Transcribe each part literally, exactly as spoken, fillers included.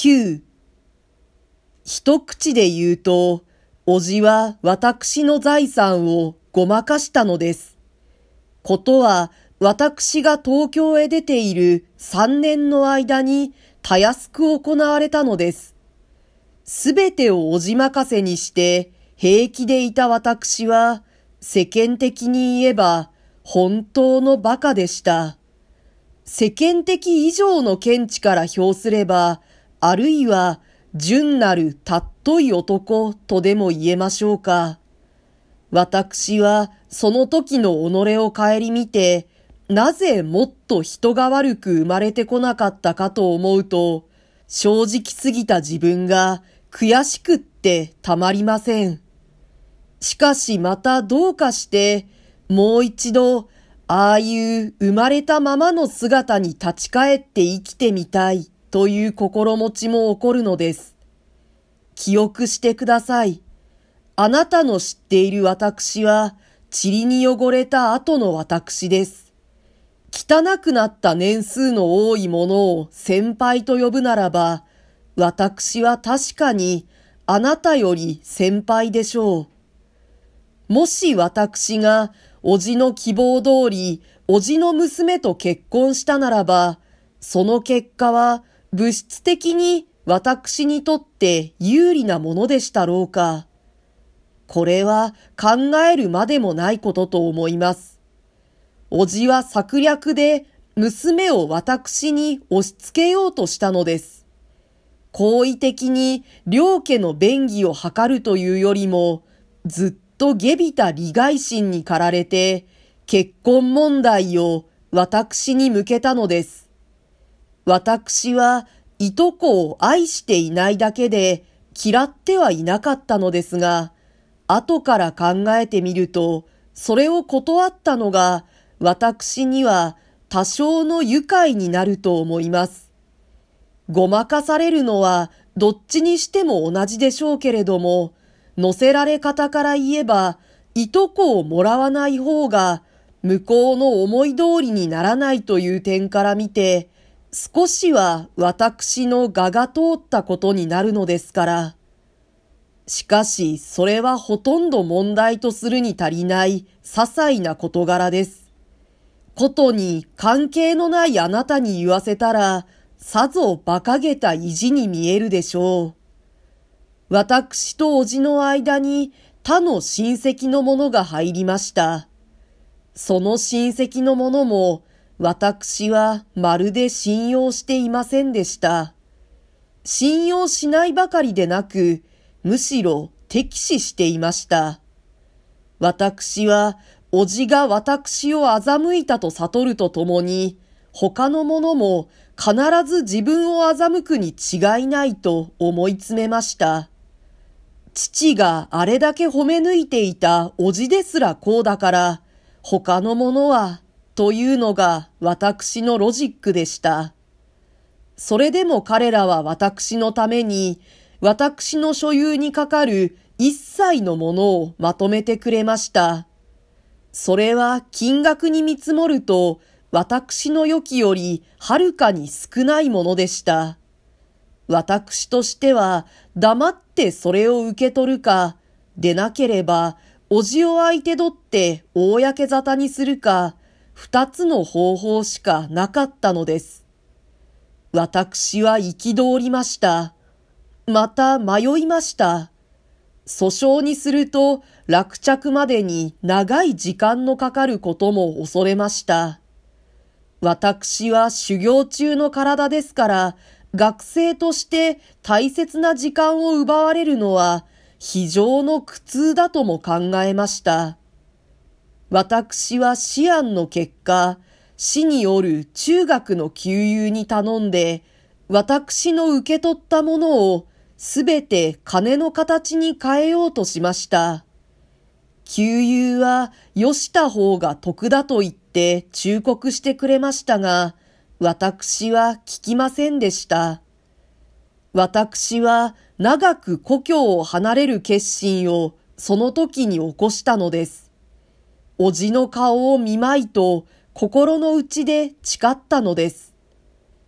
きゅう、一口で言うと、おじは私の財産をごまかしたのです。ことは、私が東京へ出ている三年の間にたやすく行われたのです。すべてをおじ任せにして平気でいた私は、世間的に言えば本当の馬鹿でした。世間的以上の見地から評すれば、あるいは純なるたっとい男とでも言えましょうか。私はその時の己を顧みて、なぜもっと人が悪く生まれてこなかったかと思うと、正直すぎた自分が悔しくってたまりません。しかしまたどうかして、もう一度、ああいう生まれたままの姿に立ち返って生きてみたいという心持ちも起こるのです。記憶してください。あなたの知っている私は、塵に汚れた後の私です。汚くなった年数の多いものを先輩と呼ぶならば、私は確かにあなたより先輩でしょう。もし私がおじの希望通りおじの娘と結婚したならば、その結果は物質的に私にとって有利なものでしたろうか。これは考えるまでもないことと思います。おじは策略で娘を私に押し付けようとしたのです。好意的に両家の便宜を図るというよりも、ずっと下びた利害心に駆られて、結婚問題を私に向けたのです。私はいとこを愛していないだけで嫌ってはいなかったのですが、後から考えてみると、それを断ったのが私には多少の愉快になると思います。ごまかされるのはどっちにしても同じでしょうけれども、乗せられ方から言えば、いとこをもらわない方が向こうの思い通りにならないという点から見て、少しは私の我が通ったことになるのですから。しかし、それはほとんど問題とするに足りない些細な事柄です。ことに関係のないあなたに言わせたら、さぞ馬鹿げた意地に見えるでしょう。私とおじの間に他の親戚の者が入りました。その親戚の者も、私はまるで信用していませんでした。信用しないばかりでなく、むしろ敵視していました。私は、おじが私を欺いたと悟るとともに、他の者も必ず自分を欺くに違いないと思い詰めました。父があれだけ褒め抜いていたおじですらこうだから、他の者は、というのが私のロジックでした。それでも彼らは私のために、私の所有にかかる一切のものをまとめてくれました。それは金額に見積もると、私の予期よりはるかに少ないものでした。私としては黙ってそれを受け取るか、でなければ、おじを相手取って公沙汰にするか、二つの方法しかなかったのです。私は憤りました。また迷いました。訴訟にすると落着までに長い時間のかかることも恐れました。私は修行中の体ですから、学生として大切な時間を奪われるのは非常の苦痛だとも考えました。私は思案の結果、市による中学の給油に頼んで、私の受け取ったものをすべて金の形に変えようとしました。給油はよした方が得だと言って忠告してくれましたが、私は聞きませんでした。私は長く故郷を離れる決心をその時に起こしたのです。おじの顔を見まいと心の内で誓ったのです。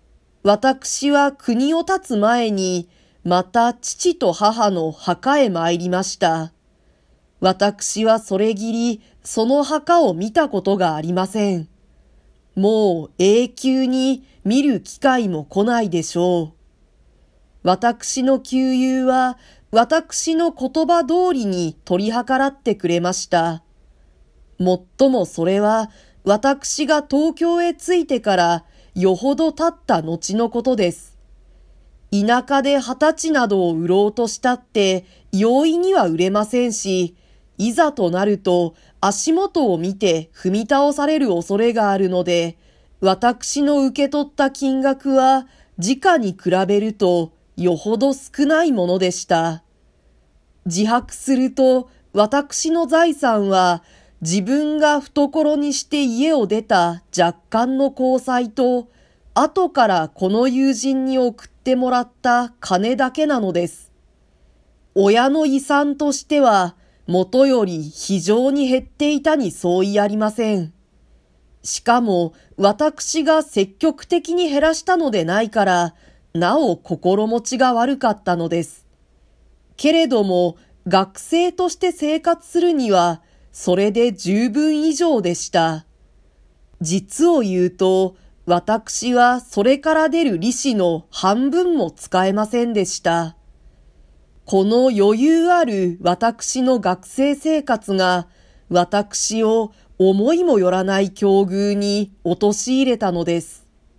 私は国を立つ前に、また父と母の墓へ参りました。私はそれぎり、その墓を見たことがありません。もう永久に見る機会も来ないでしょう。私の旧友は、私の言葉通りに取り計らってくれました。もっともそれは、私が東京へ着いてからよほど経った後のことです。田舎で二十歳などを売ろうとしたって容易には売れませんし、いざとなると足元を見て踏み倒される恐れがあるので、私の受け取った金額は時価に比べるとよほど少ないものでした。自白すると私の財産は自分が懐にして家を出た若干の交際と、後からこの友人に送ってもらった金だけなのです。親の遺産としては、元より非常に減っていたに相違ありません。しかも、私が積極的に減らしたのでないから、なお心持ちが悪かったのです。けれども、学生として生活するには、それで十分以上でした。実を言うと、私はそれから出る利子の半分も使えませんでした。この余裕ある私の学生生活が、私を思いもよらない境遇に陥れたのです。